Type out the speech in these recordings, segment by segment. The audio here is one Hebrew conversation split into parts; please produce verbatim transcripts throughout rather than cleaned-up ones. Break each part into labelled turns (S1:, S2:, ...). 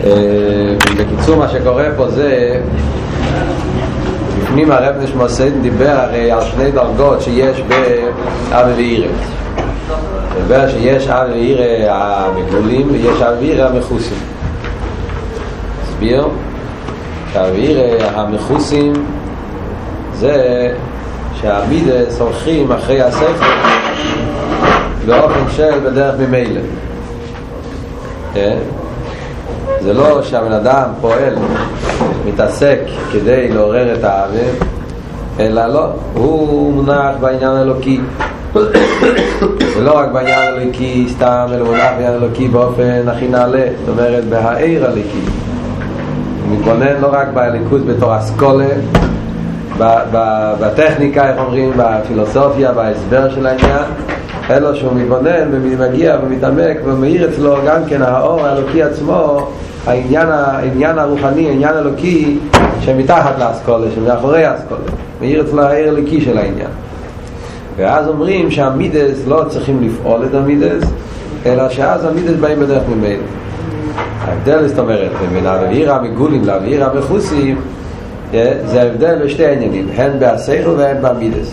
S1: בקיצור מה שקורה פה זה בפנים הרב נשמוסיידן דיבר הרי על שני דרגות שיש באב ואירא. דיבר שיש אב ואירא המגולים ויש אב ואירא המחוסים. הסביר שאב ואירא המחוסים זה שהמידס הולכים אחרי השכל באופן של בדרך ממילא. זה לא שהבן אדם פועל מתעסק כדי לעורר את האהבה, אלא לא, הוא מונח בעניין אלוקי. ולא רק בעניין אלוקי סתם, אלא מונח בעניין אלוקי באופן הכי נעלה, זאת אומרת בהעיר אלוקי. הוא מתבונן לא רק באליקות בתור אסכולה, בטכניקה, איך אומרים, בפילוסופיה, בהסבר של העניין, אלא שהוא מתבונן ומגיע ומתעמק ומאיר אצלו גם כן האור האלוקי עצמו, העניין, העניין הרוחני, העניין האלוקי שמתחת לאסכולה, שמאחורי האסכולה, מאיר אצלו העיר האלוקי של העניין. ואז אומרים שהמידס לא צריכים לפעול את המידס, אלא שאז המידס באים בדרך ממילא. ההבדל, זאת אומרת, בין האוויר המגולים לאוויר המחוסים, זה ההבדל בשתי עניינים, הן בהשכל והן במידס.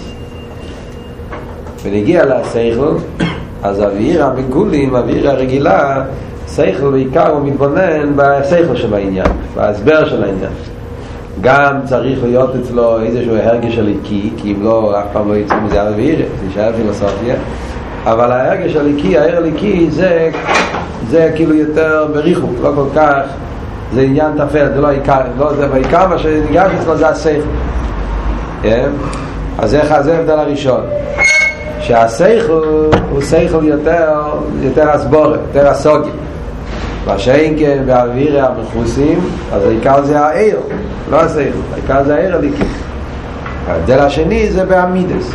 S1: ונגיע להשכל, אז האוויר המגולים, האוויר הרגילה, שכל בעיקר הוא מתבונן בשכל של העניין, בהסבר של העניין. גם צריך להיות אצלו איזשהו הרגש אליקי, כי אם לא, אף פעם לא יצא מזה האוויר, זה יישאר פילוסופיה. אבל ההרגש אליקי, העיר אליקי, זה, זה כאילו יותר בריחוק, לא כל כך, זה עניין תפל, זה לא העיקר, לא, זה בעיקר מה שניגש אצלו זה השכל. אז איך זה ההבדל הראשון? שהשכל הוא שכל יותר, יותר הסבורת, יותר הסוגי. מה שאין כן באוויר המחוסים, אז העיקר זה העיר, לא השכל, העיקר זה העיר הליקי. ההבדל השני זה בעמידס.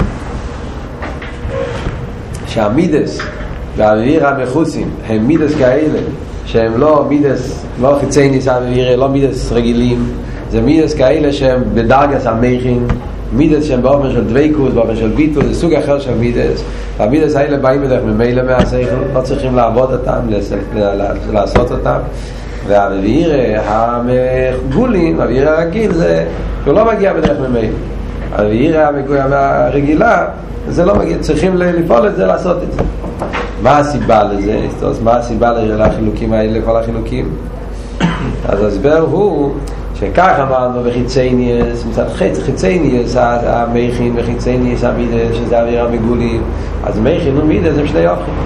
S1: שהמידס באוויר המחוסים הם מידס כאלה שהם לא מידס, לא חיצי ניס האוויר, לא מידס רגילים, זה מידס כאלה שהם בדרגס המכין, מידס שהם באופן של דוויקות, באופן של ביטול, זה סוג אחר של מידס. והמידס האלה באים בדרך ממילא מהשכל, לא צריכים לעבוד אותם, לעשות אותם. והאוויר המגולים, האוויר הרגיל, זה הוא לא מגיע בדרך ממילא. האוויר הרגילה, זה לא מגיע, צריכים לפעול את זה, לעשות את זה. מה הסיבה לזה? מה הסיבה לחילוקים האלה, כל החילוקים? אז ההסבר הוא שכך אמרנו בחיצייניאס, מצד חיצייניאס המכין וחיצייניאס המידס, שזה האוויר המגולים, אז מכין ומידס הם שני אופכים.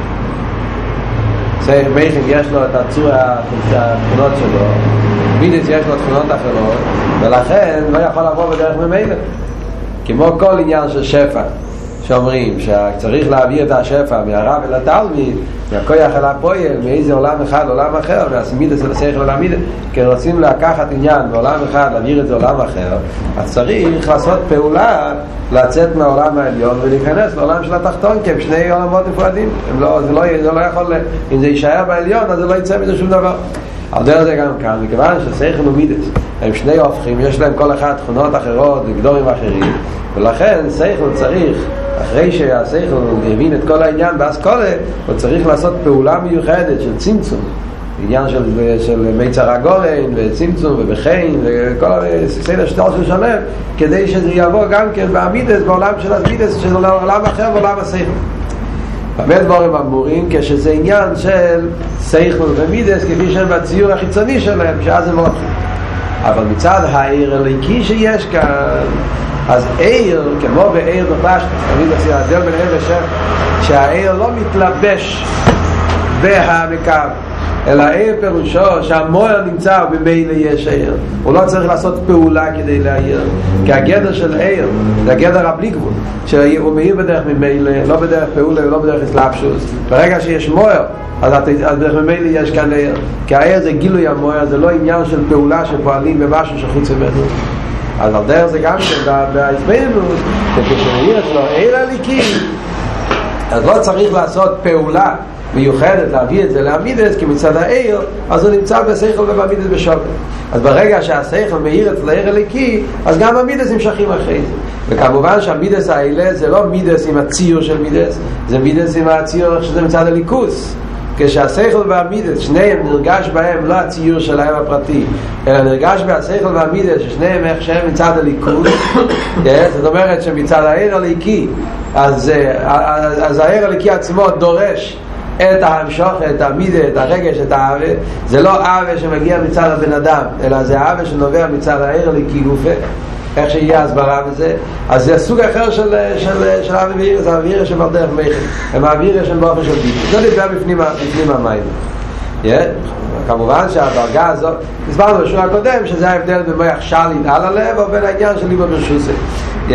S1: מכין יש לו את הצורה, התכונות שלו, מידס יש לו תכונות אחרות, ולכן לא יכול לבוא בדרך ממילא. כמו כל עניין של שפע, שאומרים שצריך להביא את השפע מהרב אל התלמיד, מהכוח אל הפועל, מאיזה עולם אחד לעולם אחר, מהמידס אל השכל אל המידס, כי רוצים לקחת עניין בעולם אחד, להעביר את זה לעולם אחר, אז צריך לעשות פעולה לצאת מהעולם העליון ולהיכנס לעולם של התחתון, כי הם שני עולמות נפרדים. לא, זה, לא, זה לא יכול, אם זה יישאר בעליון, אז זה לא יצא מזה שום דבר. על דרך זה גם כאן, מכיוון ששכל ומידס הם שני הופכים, יש להם כל אחד תכונות אחרות וגדורים אחרים, ולכן שכל צריך, אחרי שהשכל הבין את כל העניין באסכולה, הוא צריך לעשות פעולה מיוחדת של צמצום, עניין של, של מיצר הגורן וצמצום ובחין וכל סדר שטר של שלם, כדי שזה יבוא גם כן בעמידס, בעולם של המידס, של עולם אחר, בעולם השכל. באמת דברים אמורים כשזה עניין של שכל ומידס, כפי שהם בציור החיצוני שלהם, שאז הם הולכים. אבל מצד העיר הליקי שיש כאן, אז עיר, כמו בעיר בפשט, תמיד עושה ההבדל בין עיר ושם, שהעיר לא מתלבש בהמקו, אלא עיר פירושו שהמוער נמצא ובמילא יש עיר. הוא לא צריך לעשות פעולה כדי להעיר, כי הגדר של עיר זה הגדר הבלי גבול, שהוא מאיר בדרך ממילא, לא בדרך פעולה ולא בדרך הסלאפשוס. ברגע שיש מוער, אז בדרך ממילא יש כאן עיר, כי העיר זה גילוי המוער, זה לא עניין של פעולה שפועלים במשהו שחוץ ממנו. אז על דרך זה גם כן בהסבנות, כשמאיר אצלו עיר הליקי, אז לא צריך לעשות פעולה מיוחדת להביא את זה להמידס, כי מצד העיר אז הוא נמצא בשכל ובמידס בשוקר. אז ברגע שהשכל מאיר אצל העיר הליקי, אז גם המידס נמשכים אחרי זה. וכמובן שהמידס האלה זה לא מידס עם הציור של מידס, זה מידס עם הציור שזה מצד הליכוס. כשהשכל והמידס שניהם נרגש בהם לא הציור שלהם הפרטי אלא נרגש בהשכל והמידס ששניהם איך שהם מצד הליכוד זאת אומרת שמצד העיר הליקי אז, אז, אז העיר הליקי עצמו דורש את ההמשוך, את המידה, את הרגש, את האהבה זה לא אהבה שמגיע מצד הבן אדם אלא זה אהבה שנובע מצד העיר הליקי גופה איך שיהיה הסברה בזה אז זה סוג אחר של, של, של אהבה ואירה זה אווירה של דרך מייכל הם האווירה של באופן של ביטוי זה נדבר בפנים, בפנים המים yeah. כמובן שהדרגה הזאת הסברנו בשורה הקודם שזה ההבדל בין מוח שליט על הלב או בין העניין של ליבו ברשוסי yeah.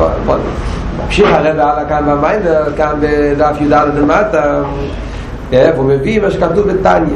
S1: ממשיך הרב הלאה כאן במים כאן בדף י"ד למטה והוא מביא מה שכתוב בתניא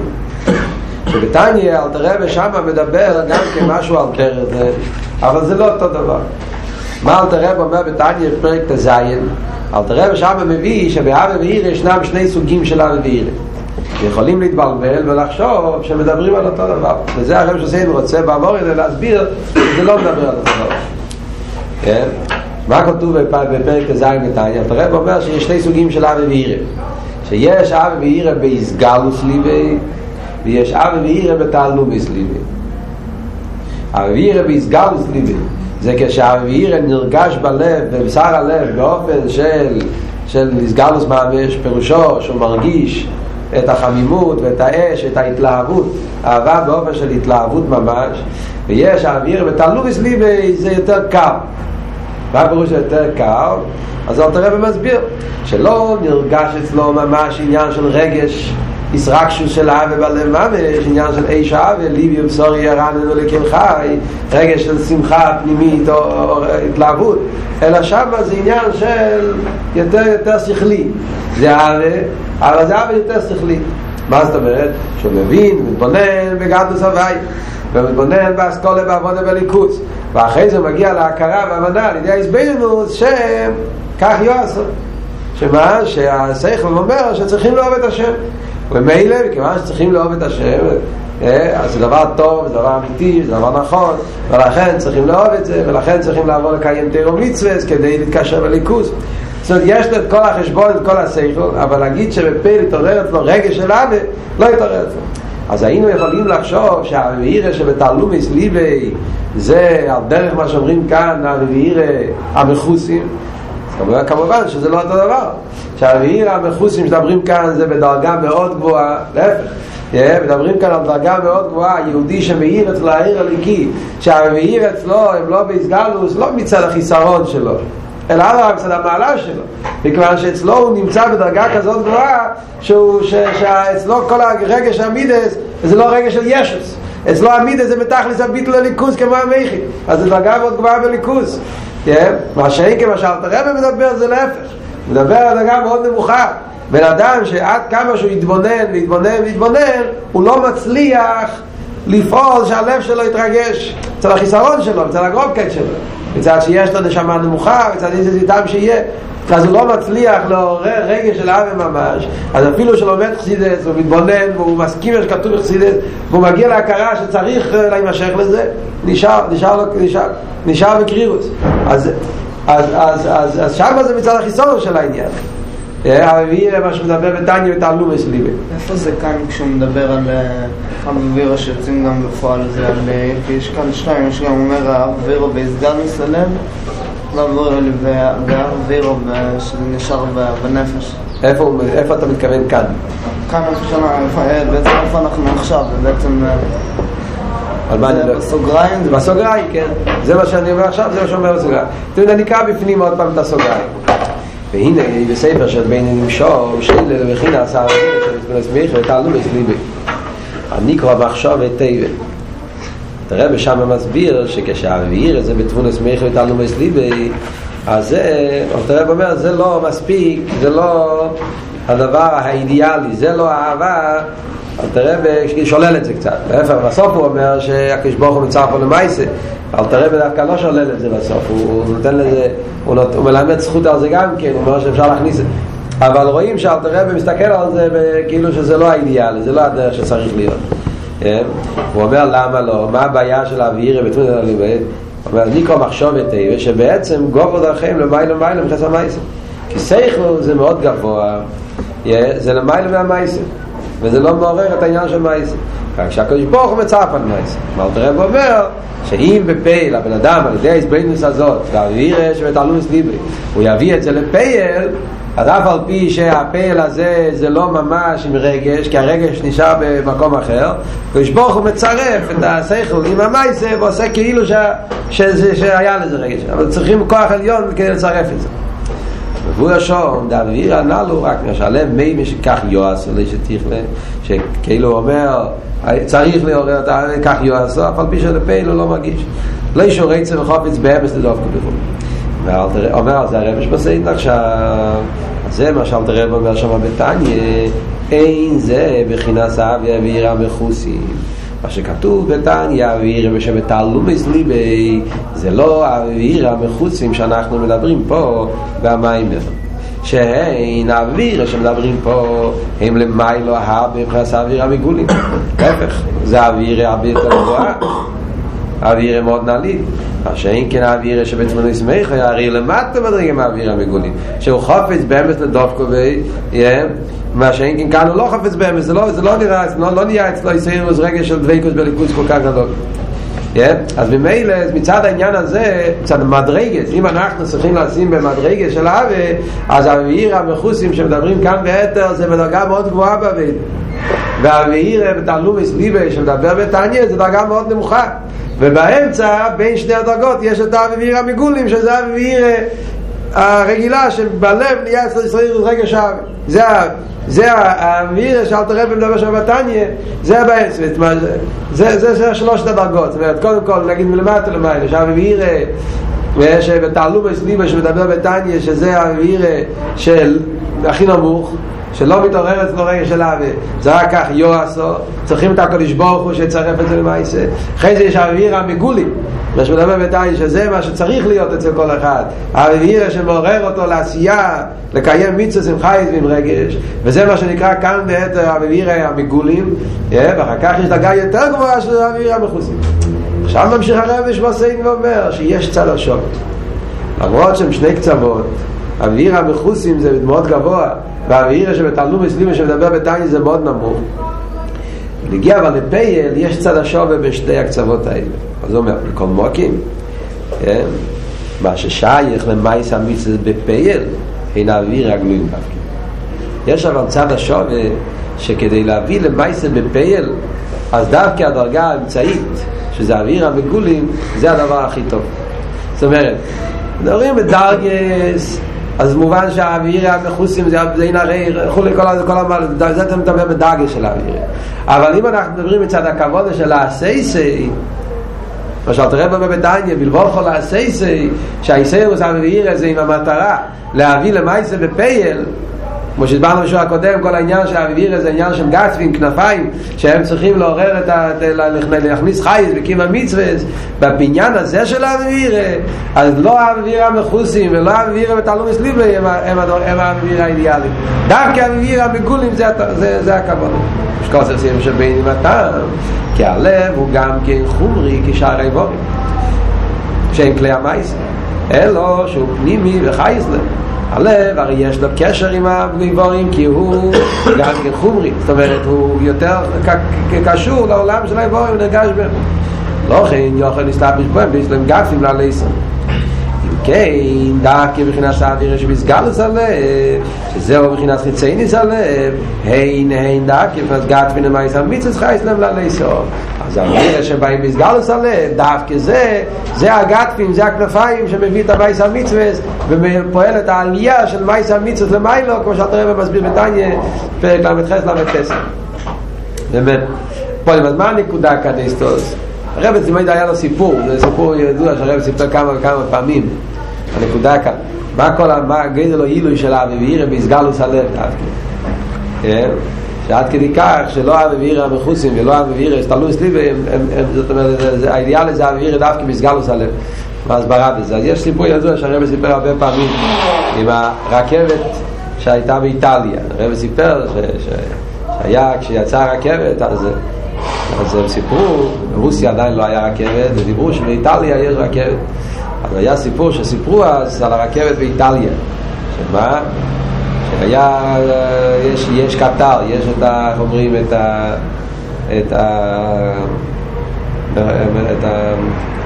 S1: שבתניא אלתר רבי שמה מדבר גם כמשהו על דרך זה אבל זה לא אותו דבר מה אלתר רבי אומר בתניא בפרק תזיין אלתר רבי שמה מביא שבאהבה ואירה ישנם שני סוגים של אהבה ואירה יכולים להתבלבל ולחשוב שמדברים על אותו דבר וזה הרב שסיין רוצה באמור להסביר שזה לא מדבר על אותו דבר כן? מה כתוב בפרק תזיין בתניא אלתר רבי אומר שיש שני סוגים של אהבה ואירה שיש אהבה ואירה בהסגלוס ליבי ויש אהבה ואירה בתעלומס ליבי אהבה ואירה בהסגלוס ליבי זה כשאהבה ואירה נרגש בלב בבשר הלב באופן של של הסגלוס ממש פירושו שהוא מרגיש את החמימות ואת האש את ההתלהבות אהבה באופן של התלהבות ממש ויש אהבה ואירה בתעלומס ליבי זה יותר קר מה פירוש יותר קר? אז אלתר רבי מסביר שלא נרגש אצלו ממש עניין של רגש ישרקשוס של אהבה בלב ממש עניין של איש אהבה ליבי ובשורי ירננו לכל חי רגש של שמחה פנימית או, או, או התלהבות אלא שם זה עניין של יותר יותר שכלי זה אהבה אבל זה אהבה יותר שכלי מה זאת אומרת? שהוא מבין ומתבונן בגדלוס הוואי ומתבונן באסכולה בעבודה בליכוס ואחרי זה מגיע להכרה והבנה על ידי ההסבינוס שכך יועשו שמה? שהשכל אומר שצריכים לאהוב את השם ומילא וכיוון שצריכים לאהוב את השם אז זה דבר טוב, זה דבר אמיתי, זה דבר נכון ולכן צריכים לאהוב את זה ולכן צריכים לעבור לקיים תורה ומצוות כדי להתקשר בליכוס זאת אומרת יש לו את כל החשבון את כל השכל אבל להגיד שבפה להתעורר אצלו רגש של אהבה לא יתעורר אצלו אז היינו יכולים לחשוב שהאווירה שבתעלומס ליבי זה על דרך מה שאומרים כאן האווירה המחוסים כמובן שזה לא אותו דבר שהאווירה המחוסים שדברים כאן זה בדרגה מאוד גבוהה להפך מדברים כאן על דרגה מאוד גבוהה יהודי שמאיר אצלו העיר הליקי שהאווירה אצלו הם לא בהסגלוס לא מצד החיסרון שלו אלא רק מצד המעלה שלו מכיוון שאצלו הוא נמצא בדרגה כזאת גבוהה שאצלו כל הרגש המידס זה לא רגש של ישוס אצלו המידס זה מתחלס הביטל לליכוס כמו המחי אז זה דרגה מאוד גבוהה בליכוס מה שאין כמו שאלתר רבי מדבר זה להפך מדבר על דרגה מאוד נמוכה בן אדם שעד כמה שהוא יתבונן ויתבונן ויתבונן הוא לא מצליח לפעול שהלב שלו יתרגש אצל החיסרון שלו, אצל הגרובקט שלו מצד שיש לו נשמה נמוכה מצד איזה זיתם שיהיה אז הוא לא מצליח לעורר רגש של אהבה ממש אז אפילו שלומד חסידס הוא מתבונן והוא מסכים שכתוב חסידס והוא מגיע להכרה שצריך להימשך לזה נשאר, נשאר, נשאר, נשאר בקרירוס אז, אז, אז, אז, אז שם זה מצד החיסון של העניין האווירה מה שמדבר בתניא ותעלומס ליבי
S2: איפה זה כאן כשהוא מדבר על האווירה שיוצאים גם בפועל זה על יש כאן שתיים יש גם אומר האווירה והסגלוס הלב והאווירה שזה נשאר בנפש
S1: איפה, איפה אתה מתכוון כאן?
S2: כאן בעצם איפה אנחנו עכשיו בעצם זה בסוגריים
S1: בסוגריים כן זה מה שאני אומר עכשיו זה מה שאומר בסוגריים תראו נקרא בפנים עוד פעם את הסוגריים והנה בספר של בין נמשור של וכינה עשה הרבים של מתפלס מיך ותעלומס ליבי הנקרא מחשב היטב תראה בשם מסביר שכשהאוויר זה בתבונס מיך ותעלומס ליבי אז זה תראה אומר זה לא מספיק זה לא הדבר האידיאלי זה לא האהבה תראה שולל את זה קצת להפך בסוף הוא אומר שהקדוש ברוך הוא מצא פה למעשה אבל תראה דווקא לא שולל את זה בסוף הוא נותן לזה הוא, נות, הוא מלמד זכות על זה גם כן הוא אומר שאפשר להכניס את זה אבל רואים שאלתר רבי מסתכל על זה כאילו שזה לא האידיאלי זה לא הדרך שצריך להיות כן? הוא אומר למה לא מה הבעיה של האווירה בתמוד הליבד הוא אומר ניקו מחשוב את זה שבעצם גובו דרכם למעלה למעלה מחס המעשה כי שכל זה מאוד גבוה זה למעלה מהמעשה וזה לא מעורר את העניין של מייס. כשהקדוש ברוך הוא מצרף על מייס, אלתר רבי אומר שאם בפייל הבן אדם על ידי ההסבלנוס הזאת והאווירה שבתעלומס ליבי הוא יביא את זה לפייל, אז אף על פי שהפייל הזה זה לא ממש עם רגש, כי הרגש נשאר במקום אחר, הקדוש ברוך הוא מצרף את השכל עם המייס ועושה כאילו ש... שזה, שהיה לזה רגש, אבל צריכים כוח עליון כדי לצרף את זה. והוא השום דאוויר הנלו רק משלב מי משכך יועס אולי שתכלה שכאילו אומר צריך לעורר את כך יועס אף על פי שלפייל הוא לא מרגיש לא אישו רצה וחופץ באמס לדוף כביכול. אומר על זה הרבש בסעיד עכשיו, זה מה שאלתר רבי אומר שם בתניא, אין זה בחינס אבי אוויר המחוסים, מה שכתוב בתניא אוויר שבתעלומס ליבי זה לא האוויר המחוסים שאנחנו מדברים פה במיימר, שהן האוויר שמדברים פה הם למיילו הרבה מבחינת האוויר המגולים. להפך, זה האוויר הרבה יותר גבוהה, האוויר מאוד נעלית, מה שאין כן האוויר שבתמונו שמח הרי למטה מדרגים האוויר המגולים שהוא חופץ באמס לדופקו מה שאין כן כאן הוא לא חופץ באמס, זה לא, זה לא נראה, לא, לא נהיה אצלו יסיירוס רגע של דוויקוס בליכוס כל כך גדול. אז ממילא מצד העניין הזה, מצד המדרגס, אם אנחנו צריכים לשים במדרגס של האווה, אז האוויר המחוסים שמדברים כאן ביתר זה בדרגה מאוד גבוהה באוויר, והאוויר בתעלומס ליבי שמדבר בתניא זה דרגה מאוד נמוכה, ובאמצע בין שני הדרגות יש את האוויר המגולים שזה האוויר הרגילה שבלב נהיה אצל ישראל רגע שעה, זה זה האוויר שאלתר רבי מדבר שם בתניא, זה באמצע, זה זה זה שלוש הדרגות. זאת אומרת, קודם כל נגיד מלמטה למעלה שהאוויר שבתעלומס ליבי שמדבר בתניא שזה האוויר של הכי נמוך שלא מתעורר אצלו רגע של האוויר, זה רק כך יועסו, צריכים את הקדוש ברוך הוא שצרף את זה למעשה. אחרי זה יש האוויר המגולי מה שמדבר בתניא שזה מה שצריך להיות אצל כל אחד, האוויר שמעורר אותו לעשייה, לקיים מצוות עם חייס ועם רגש, וזה מה שנקרא כאן בעת האוויר המגולים, ואחר כך יש דרגה יותר גבוהה של האוויר המחוסים. עכשיו ממשיך הרב שמסעין ואומר שיש צד השוק, למרות שהם שני קצוות, האוויר המחוסים זה מאוד גבוה והאוויר שבתעלומס ליבי שמדבר בתניא זה מאוד נמוך. נגיע אבל לפייל יש צד השווה בשתי הקצוות האלה. אז הוא אומר בכל מוקים מה ששייך למייס המצוות בפייל אין האוויר הגלויים דווקא. יש אבל צד השווה שכדי להביא למייס בפייל אז דווקא הדרגה האמצעית שזה האוויר המגולים זה הדבר הכי טוב. זאת אומרת מדברים בדרגס, אז מובן שהאוויר המחוסים זה אין הרי כל המעלה, זה אתה מדבר בדרגס של האוויר. אבל אם אנחנו מדברים מצד הכבוד של הסייסי, מה שאלתר רבי אומר בתניא בלבוכו לעסייסי שהאיסיירוס האוויר הזה עם המטרה להביא למייסה בפייל, כמו שהסברנו בשיעור הקודם, כל העניין שהאוויר הזה עניין של גצפים, כנפיים שהם צריכים לעורר את ה... להכניס חייס וקים המצוות בבניין הזה של האוויר, אז לא האוויר המחוסים ולא האוויר בתעלומס ליבי הם, הם, הם האוויר האידיאלי, דווקא האוויר המגולים זה, זה, זה הכבוד. יש כל סרסים שבין עם הטעם כי הלב הוא גם כן חומרי כשאר האיבורים שאין כלי המייס אלו שהוא פנימי וחייס לב. הלב הרי יש לו קשר עם האיבורים כי הוא גם כן חומרי, זאת אומרת הוא יותר קשור לעולם של האיבורים ונרגש בהם, לא כן יוכל להסתבש בהם ויש להם גפים לעליסם. אם כן דווקא מבחינת האוויר שבסגלוס הלב שזהו מבחינת חיצייניס הלב הן הן דווקא מבחינת גפים למייס המצוות חייס להם לעליסם. אז האוויר שבאים בסגלוס הלב דווקא זה זה הגפים, זה הכנפיים שמביא את המייס המצוות ופועל את העלייה של מייס המצוות למיילו, כמו שאלתר רבי מסביר בתניא פרק למתחס למתחס. באמת פה אז מה הנקודה כאן היסטוס? הרב תמיד היה לו סיפור, זה סיפור ידוע שהרב סיפר כמה וכמה פעמים. הנקודה כאן מה כל מה גדל לו עילוי של האוויר בסגלוס הלב דווקא, שעד כדי כך שלא האוויר המחוסים ולא האוויר הסתלוס ליבי, זאת אומרת האידיאל זה האוויר דווקא בסגלוס הלב והסברה בזה. אז יש סיפור ידוע שהרב סיפר הרבה פעמים עם הרכבת שהייתה באיטליה. הרב סיפר שהיה כשיצאה הרכבת אז אז הם סיפרו, ברוסיה עדיין לא היה רכבת, ודיברו שבאיטליה יש רכבת. אז היה סיפור שסיפרו אז על הרכבת באיטליה, שמה? היה, יש, יש קטר, יש את ה... איך אומרים? את ה... את ה... את ה...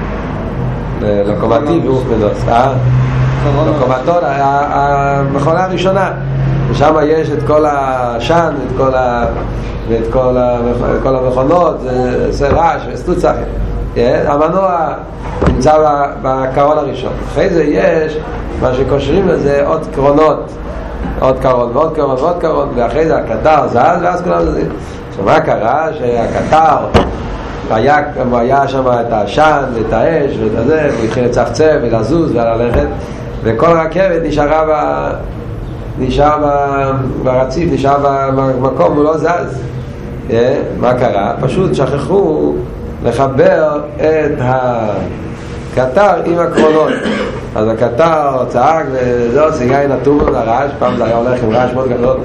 S1: לוקומטיב ואופמדוס, אה? לוקומטור, המכונה הראשונה, ושם יש את כל השן, את כל ה... ואת כל, ה... כל המכונות, זה רעש וסטוצח. המנוע נמצא בקרון הראשון. אחרי זה יש מה שקושרים לזה עוד קרונות, עוד קרון ועוד קרון ועוד קרון, ואחרי זה הקטר זז, ואז כולם זה. עכשיו מה קרה? שהקטר היה, היה שם את השן ואת האש ואת הזה, הוא התחיל לצפצף ולזוז וללכת, וכל הרכבת נשארה ב... נשאר ברציף, נשאר במקום, הוא לא זז. מה קרה? פשוט שכחו לחבר את הקטר עם הקרונות. אז הקטר צעק וזהו, סיגאי נתום לו לרעש, פעם זה היה הולך עם רעש מאוד גדול,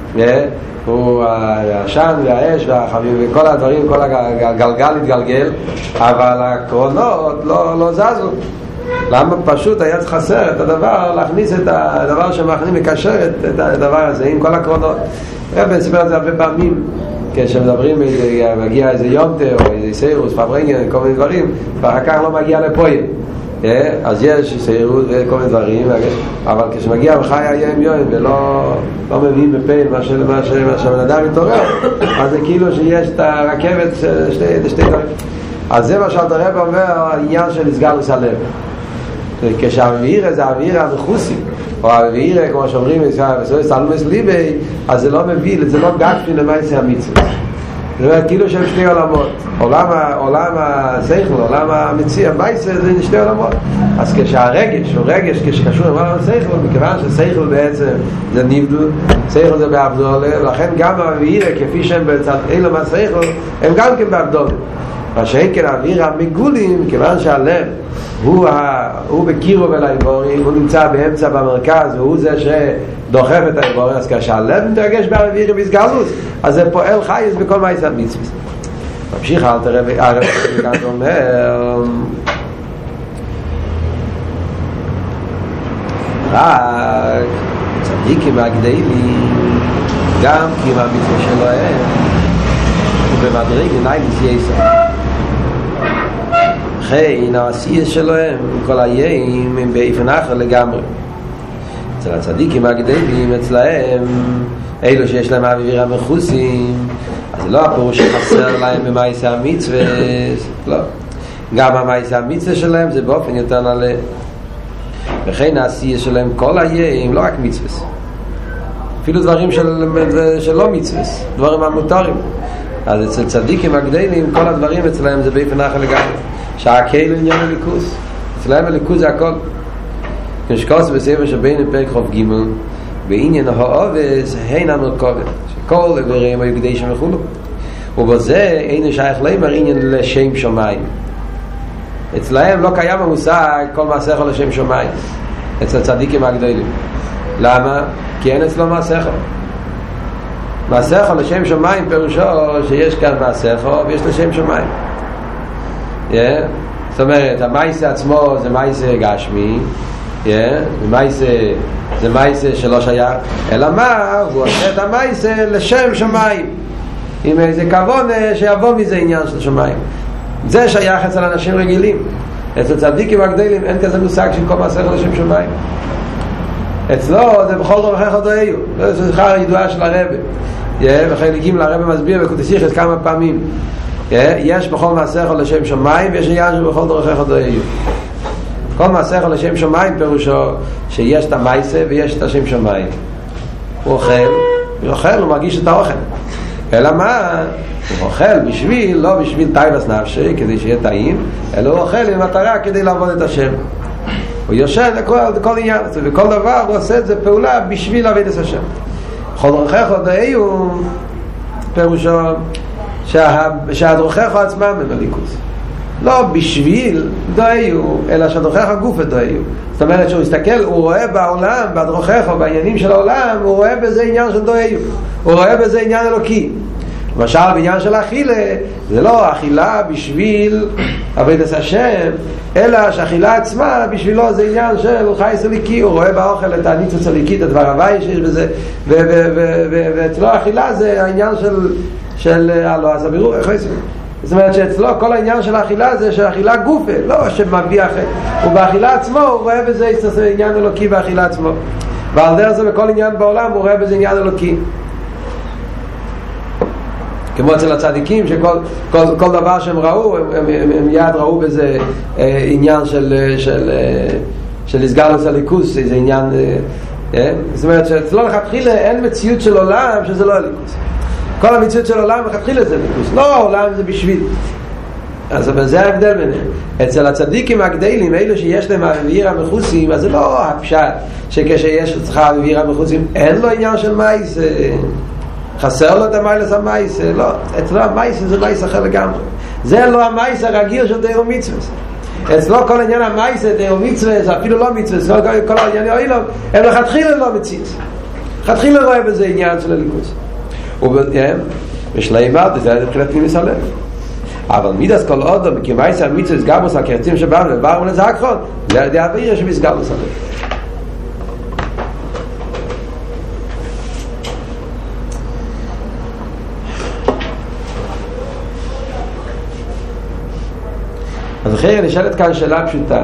S1: הוא השן והאש והחמים וכל הדברים, כל הגלגל התגלגל, אבל הקרונות לא, לא זזו. למה? פשוט היה צריך חסר את הדבר, להכניס את הדבר שמכניס, מקשר את הדבר הזה עם כל הקרונות. רבן סיפר את זה הרבה פעמים, כשמדברים, מגיע איזה יונטה או איזה סיירוס, פברנגן, כל מיני דברים, ואחר כך לא מגיע לפויל. אז יש סיירוס וכל מיני דברים, אבל כשמגיע בחי היום יום ולא לא מביאים בפייל מה שהבן אדם מתעורר, אז זה כאילו שיש את הרכבת שתי, שתי דברים. אז זה מה שאתה רב אומר, העניין של הסגלוס הלב. כשהאוויר זה האוויר המחוסים, או האוויר, כמו שאומרים, סלומס ליבי, אז זה לא מביא, זה לא גקפי למעשה המצווה. זאת אומרת, כאילו שהם שני עולמות. עולם, עולם השכל, עולם המציע, מעשה זה שני עולמות. אז כשהרגש, הוא רגש, כשקשור עם עולם השכל, מכיוון ששכל בעצם זה נבדל, שכל זה באבדולה, ולכן גם האוויר, כפי שהם בצד אילו מהשכל, הם גם כן באבדולה. מה שאין האוויר המגולים, כיוון שהלב הוא, ה... הוא בקירו ולאיבורים, הוא נמצא באמצע במרכז, והוא זה שדוחף את האיבורים. אז כשהלב מתרגש באוויר ובסגלוס, אז זה פועל חייס בכל מעשה המצווה. ממשיך אל תראה, הרב כאן אומר רק צדיקים הגדולים, גם כי מהמצווה שלהם ובמדרג עיניים יסייסה חיין העשייה שלהם כל היעים הם באיפן אחר לגמרי. אצל הצדיקים הגדולים, אצלהם אלו שיש להם האוויר המחוסים, אז זה לא הפירוש שחסר להם במעשה המצווה, לא, גם המעשה המצווה שלהם זה באופן יותר נעלה. וכן העשייה שלהם כל היעים, לא רק מצווה, אפילו דברים של, שלא מצווה, דברים המותרים. אז אצל צדיקים הגדולים כל הדברים אצלהם זה באיפן אחר לגמרי, שהקהל עניין הליכוס, אצלהם הליכוס זה הכל. כשקוס בספר שבין פרק חוב ג' בעניין האובס הן המרכבת, שכל איבריהם היו קדושים וכו', ובזה אין שייך להם עניין לשם שמיים. אצלהם לא קיים המושג כל מעשיך לשם שמיים אצל צדיקים הגדולים. למה? כי אין אצלו מעשיך. מעשיך לשם שמיים פירושו שיש כאן מעשיך ויש לשם שמיים. Yeah. זאת אומרת, המייסה עצמו זה מייסה גשמי, yeah. ומייסה זה מייסה שלא שייך, אלא מה? הוא עושה את המייסה לשם שמיים, עם איזה כבון שיבוא מזה עניין של שמיים. זה שייך אצל אנשים רגילים. אצל צדיקים הגדולים אין כזה מושג של כל מעשיך לשם שמיים. אצלו זה בכל דרכך הודאיו, זה זכר ידועה של הרב, yeah. וחלקים לרב מסביר בקוטסיכס כמה פעמים, יש בכל מעשיך לשם שמיים ויש עניין שבכל דרכך דאיו. כל מעשיך לשם שמיים פירושו שיש את המעשה ויש את השם שמיים. הוא אוכל, הוא אוכל, הוא מרגיש את האוכל. אלא מה? הוא אוכל בשביל, לא בשביל טייבס נפשי כדי שיהיה טעים, אלא הוא אוכל עם מטרה כדי לעבוד את השם. הוא יושן לכל, לכל עניין, וכל דבר הוא עושה את זה פעולה בשביל לעבוד את השם. בכל דרכך דאיו פירושו שה, שהדרכך עצמם הם הליכוס, לא בשביל דאיו, אלא שהדרכך הגוף דאיו. זאת אומרת שהוא מסתכל, הוא רואה בעולם, בדרכך או בעניינים של העולם, הוא רואה בזה עניין של דאיו, הוא רואה בזה עניין אלוקי. למשל בעניין של אכילה, זה לא אכילה בשביל עבודת השם, אלא שהאכילה עצמה בשבילו זה עניין של חייס אליקי, הוא רואה באוכל את הניצוץ אליקי, את הדבר הוואי שיש בזה, ואצלו האכילה זה העניין של של הלא אז הבירור, איך עושים? זאת אומרת שאצלו כל העניין של האכילה זה שהאכילה גופה, לא שמביא אחר, ובאכילה עצמו הוא רואה בזה עניין אלוקי באכילה עצמו, ועל דרך זה בכל עניין בעולם הוא רואה בזה עניין אלוקי, כמו אצל הצדיקים שכל כל, כל דבר שהם ראו הם, הם, הם, הם יד ראו בזה אה, עניין של של של הסגלוס הליכוס, זה עניין אה, זאת אומרת שאצלו לכתחילה אין מציאות של עולם שזה לא הליכוס, כל המציאות של עולם לכתחילה זה ליכוס, לא העולם זה בשביל, אז זה ההבדל ביניהם. אצל הצדיקים הגדלים, אלו שיש להם אוויר המחוסים, אז זה לא הפשט שכשיש אצלך אוויר המחוסים אין לו עניין של מייס, חסר לו את המיילס המייס, לא, אצלו המייס זה מייס אחר לגמרי, זה לא המייס הרגיל של דיירו מצווה. אצלו כל עניין המייס דיירו מצווה זה אפילו לא מצווה, כל העניין האילום הם לכתחילה לא מציץ, לכתחילה רואה בזה עניין של הליכוס, ושלימה זה מבחינת פנימיס הלב. אבל מידס כל אודם כי מייס המצווה סגמוס הקרצים שבאנו ובאנו לזכרון זה האוויר שמסגמוס הלב. אז אחרי נשאלת כאן שאלה פשוטה,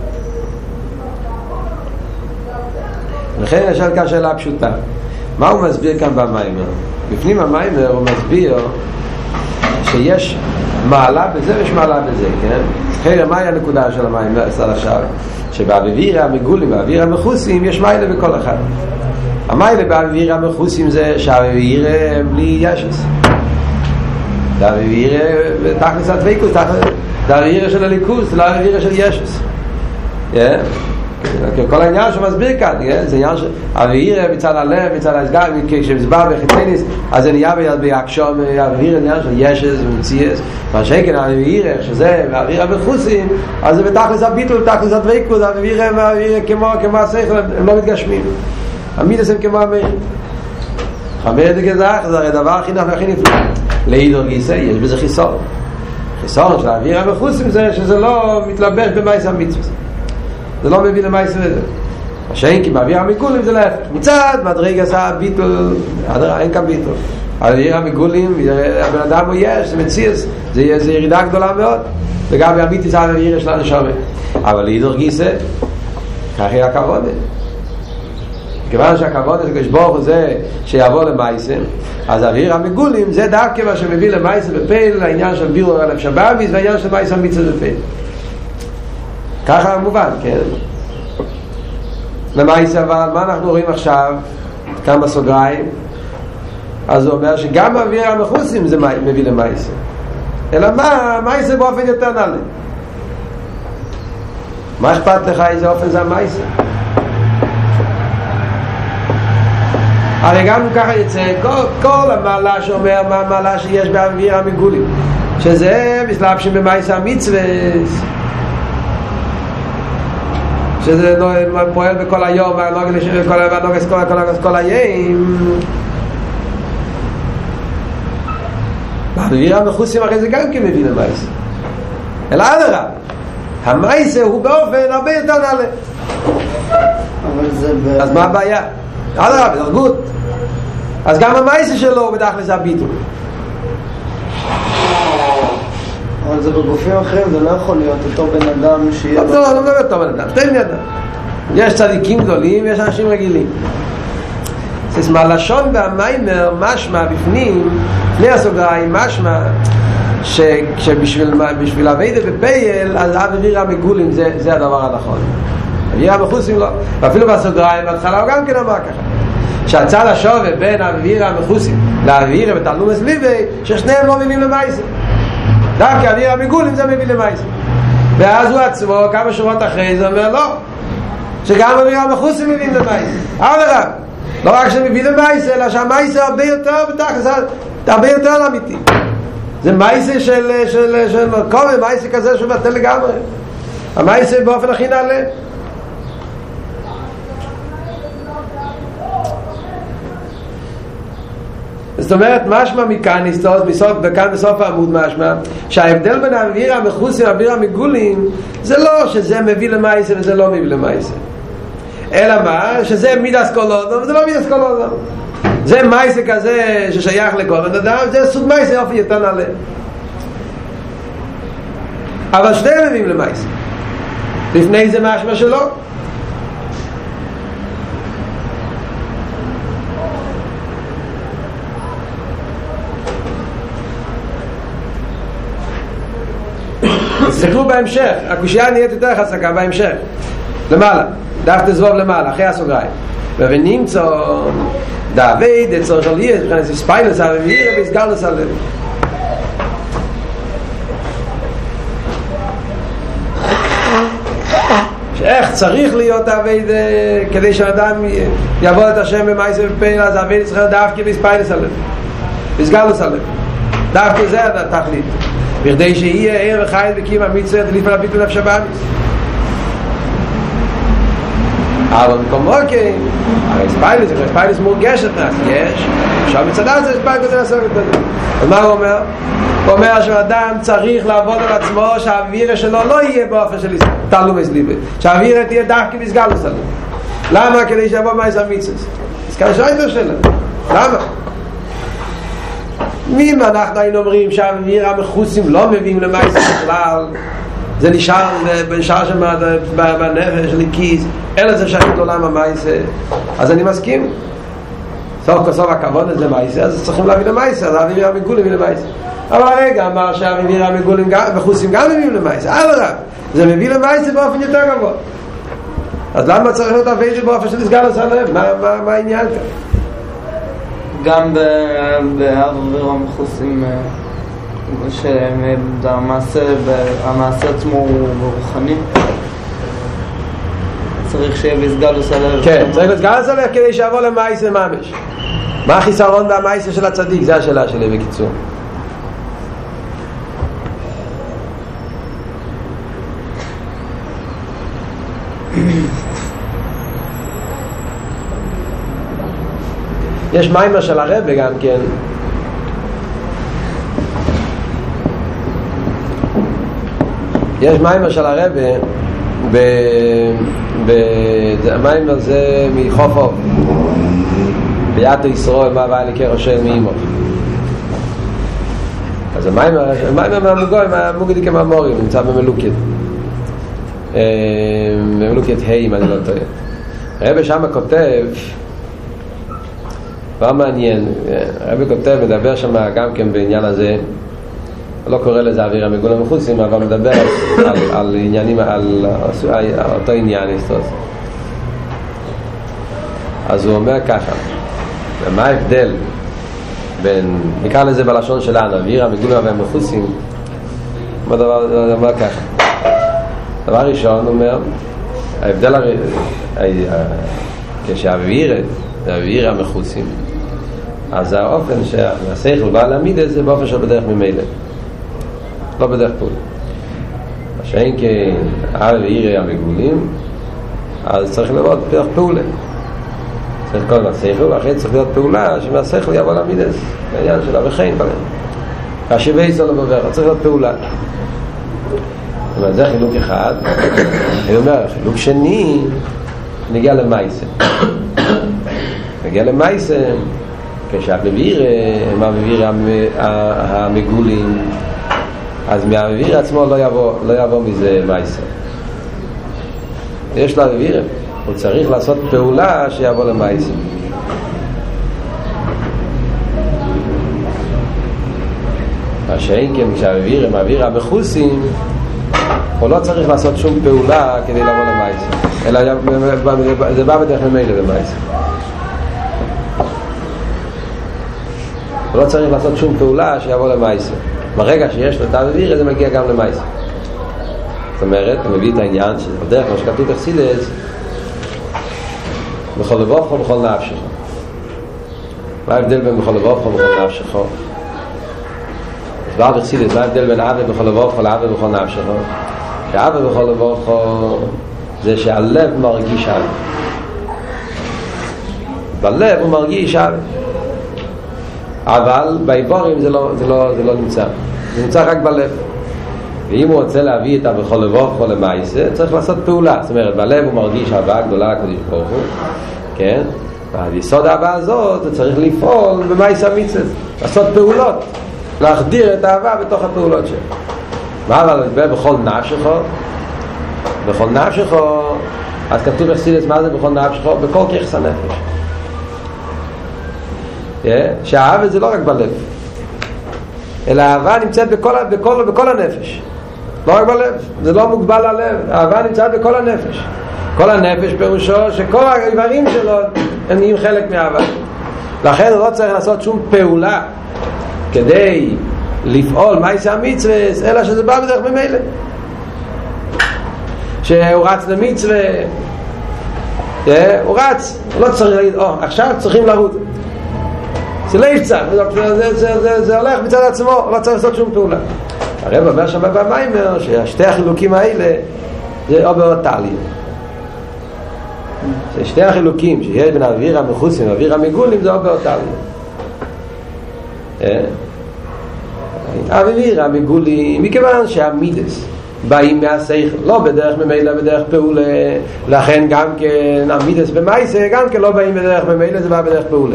S1: אחרי נשאלת כאן שאלה פשוטה, מה הוא מסביר כאן במיימר? בפנים המיימר הוא מסביר שיש מעלה בזה ויש מעלה בזה, כן? אחרי מהי הנקודה של המיימר עד עכשיו? שבאוויר המגולים, באוויר המחוסים יש מיילה בכל אחד. המיילה באוויר המחוסים זה שהאוויר בלי ישס, האוויר תכניס הדבקות, זה האוויר של הליכוס, לא האוויר של ישס. כל העניין שמסביר כאן, זה עניין שהאוויר מצד הלב, מצד ההסגר, כשמסבר בחיצניס, אז זה נהיה בהקשום, האוויר עניין של ישס ומציאס, מה שכן האוויר, שזה האוויר המחוסים, אז זה בתכלס הביטול, בתכלס הדבקות, האוויר כמו השכל, הם לא מתגשמים. המידס הם כמו המחיר. חמר דגזח, זה הרי דבר הכי נפלא, הכי נפלא. להידור גיסא, יש בזה חיסון. חיסון של האוויר המחוסים זה שזה לא מתלבש במייס המצווה. זה לא מביא למייס וזה. השאין כי באוויר המגולים זה להפך. מצד מדרג עשה ביטול, אין כאן ביטול. האוויר המגולים, הבן אדם הוא יש, זה מציאס, זה ירידה גדולה מאוד. וגם באמיתיס האוויר יש לנו שומע. אבל להידור גיסא, כך היא הכבוד. כיוון שהכבוד הזה כשבור זה שיבוא למייסם, אז האוויר המגולים זה דווקא מה שמביא למייסם בפייל, לעניין של בירור הלב שבאמיס והעניין של מייסם מצווה בפייל. ככה מובן, כן? למייסם, אבל מה אנחנו רואים עכשיו? כמה סוגריים. אז הוא אומר שגם האוויר המחוסים זה מביא למייסם. אלא מה? מייסם באופן יותר נעלה. מה אכפת לך איזה אופן זה המייסם? הרי גם ככה יצא כל, כל המעלה שאומר מה המעלה שיש באוויר המגולים, שזה מסלבשים במייס המצווה, שזה פועל בכל היום והנוגס כל, כל, כל היום. באוויר המחוסים אחרי זה גם כן מביא למייס, אלא אדרבה, המייס הוא באופן הרבה יותר נעלה. אז מה הבעיה? אדרבה, בדרגות. אז גם המייסה שלו הוא בדרך לזה הביטול.
S2: אבל זה בגופים אחרים, זה לא יכול להיות אותו בן אדם שיהיה...
S1: לא, לא, לא מדבר אותו בן אדם, שתי בן אדם. יש צדיקים גדולים ויש אנשים רגילים. אז מהלשון והמיימר משמע בפנים, לפני הסוגריים משמע שבשביל הווידה בפייל, אז האוויר המגולים זה, זה הדבר הנכון. האוויר המחוסים לא. ואפילו בסוגריים בהתחלה הוא גם כן אמר ככה. שהצד השווה בין האוויר המחוסים לאוויר בתעלומס ליבי, ששניהם לא מביאים למייסים. דווקא האוויר המגולים זה מביא למייסים. ואז הוא עצמו, כמה שורות אחרי זה, אומר לא, שגם האוויר המחוסים מביאים למייסים. אדרבה, לא רק שמביא למייסים, אלא שהמייסים הרבה יותר בתכלס, הרבה יותר אמיתי. זה מייסים של, של, של מרכוב, מייסים כזה שהוא בטל לגמרי. המייסים באופן הכי נעלה. זאת אומרת, משמע מכאן נסתוס, בסוף, וכאן בסוף העמוד משמע, שההבדל בין האוויר המחוסים והאוויר המגולים, זה לא שזה מביא למייסה וזה לא מביא למייסה. אלא מה? שזה מידס כל אדם, וזה לא מידס כל אדם. זה מייסה כזה ששייך לכל אדם, זה סוג מייסה אופי יותר נעלה. אבל שניהם מביאים למייסה. לפני זה משמע שלא. תסתכלו בהמשך, הקושייה נהיית יותר חזקה בהמשך. למעלה, דף תזבוב למעלה, אחרי הסוגריים. ונמצא דוד, אצל של יהיה, בכלל ספיילס האוויר והסגלס הלב. שאיך צריך להיות דוד כדי שאדם יעבוד את השם במייסה ופעיל, אז דוד צריך להיות דווקא בספיילס הלב, בסגלס הלב. דווקא זה התכלית. בכדי שיהיה עיר וחייל וקים המצווה דליף על הביטול נפש הבאמיס. אבל במקום אוקיי, הרי ספיילס, הרי ספיילס מורגשת נס, יש, עכשיו מצדה זה ספיילס כזה לעשות את זה. אז מה הוא אומר? הוא אומר שאדם צריך לעבוד על עצמו שהאווירה שלו לא יהיה באופן של תלומס ליבה, שהאווירה תהיה דווקא בסגלוס עליו. למה? כדי שיבוא מייס המצווה. אז כאן שייטר שלה. למה? אם אנחנו היינו אומרים שהאוויר המחוסים לא מביאים למייסה בכלל, זה נשאר בשעה שם בנפש של הכיס, אלא זה שייך לעולם המייסה, אז אני מסכים. סוף כסוף הכבוד הזה מייסה, אז צריכים להביא למייסה, אז האוויר המגולים מביא למייסה. אבל הרגע אמר שהאוויר המגולים מחוסים גם מביאים למייסה, אל רב, זה מביא למייסה באופן יותר גבוה. אז למה צריך להיות אוויר באופן של סגל הסלב? מה העניין כאן?
S2: גם באוויר המחוסים שהמעשה עצמו הוא רוחני, צריך שיהיה בסגלוס הלב.
S1: כן, צריך בסגלוס הלב כדי שיבוא למייסה ממש. מה החיסרון והמייסה של הצדיק? זה השאלה שלי בקיצור. יש מיימר של הרב גם כן, יש מיימר של הרב ב... ב... המיימר זה מחופו ביאת ישראל מה הבא לקר השם מאימו. אז המיימר המיימר מהמוגוי מהמוגדי כמאמורים נמצא במלוקת במלוקת היי אם אני לא טועה. הרב שם כותב מה מעניין, הרב כותב, מדבר שם גם כן בעניין הזה, לא קורא לזה אוויר המגול המחוסים, אבל מדבר על, על, על עניינים, על, על אותו עניין היסטוס. אז הוא אומר ככה, מה ההבדל בין, נקרא לזה בלשון שלנו, אוויר המגול והמחוסים, הוא אומר ככה, דבר ראשון הוא אומר, ההבדל הרי, כשהאוויר, האוויר המחוסים, אז האופן שהשכל בא להעמיד את זה באופן של בדרך ממילא, לא בדרך פעולה. שאין כעל ועיר המגולים, אז צריך לבוא בדרך פעולה. צריך כל השכל, ואחרי צריך להיות פעולה שמהשכל יבוא להעמיד את זה, בעניין שלה וחיים בלם. והשיבי ישראל לא בבר, צריך להיות פעולה. זאת אומרת, זה חילוק אחד. אני אומר, חילוק שני נגיע למייסה. נגיע למייסה כשהמביר, מהמביר המגולים, אז מהמביר עצמו לא יבוא, לא יבוא מזה מייסה. יש לה מביר, הוא צריך לעשות פעולה שיבוא למייסה. מה שאין כן כשהמביר, מהמביר המחוסים, הוא לא צריך לעשות שום פעולה כדי לבוא למייסה, אלא זה בא בדרך ממילא למייסה. הוא לא צריך לעשות שום פעולה שיבוא למייסה. ברגע שיש לו את האוויר, זה מגיע גם למייסה. זאת אומרת, הוא מביא את העניין שבדרך כלל שכתוב תחסילס, בכל לבוך או בכל נפשך. מה ההבדל בין בכל לבוך או בכל נפשך? אז בעל תחסילס, מה ההבדל בין אבא בכל לבוך או לאבא בכל נפשך? שאבא בכל לבוך זה שהלב מרגיש אבא. בלב הוא מרגיש אבא. אבל בעיבורים זה לא, זה לא, זה לא נמצא, זה נמצא רק בלב. ואם הוא רוצה להביא את הבכל לבוא בכל למעשה, צריך לעשות פעולה. זאת אומרת, בלב הוא מרגיש אהבה גדולה לקדוש ברוך הוא, כן? ביסוד האהבה הזאת הוא צריך לפעול במעשה המצווה, לעשות פעולות, להחדיר את האהבה בתוך הפעולות שלו. מה אבל בכל נפשך? בכל נפשך, אז כתוב בחסידות מה זה בכל נפשך? בכל כיחס הנפש. שהאהבה זה לא רק בלב, אלא האהבה נמצאת בכל, בכל, בכל הנפש, לא רק בלב, זה לא מוגבל ללב, האהבה נמצאת בכל הנפש. כל הנפש פירושו שכל האיברים שלו הם נהיים חלק מהאהבה. לכן הוא לא צריך לעשות שום פעולה כדי לפעול מעשה המצווה, אלא שזה בא בדרך ממילא, שהוא רץ למצווה, הוא רץ, הוא לא צריך להגיד או, עכשיו צריכים לרוץ, זה לא יפצע, זה, זה, זה, זה, זה הולך מצד עצמו, לא צריך לעשות שום פעולה. הרב אומר שם במיימר שהשתי החילוקים האלה זה או באותו תהליך, ששתי החילוקים שיש בין האוויר המחוסים והאוויר המגולים זה או באותו תהליך. האוויר המגולים מכיוון שהמידס באים מהשכל, לא בדרך ממילא, בדרך פעולה, לכן גם כן המידס במעשה גם כן לא באים בדרך ממילא, זה בא בדרך פעולה.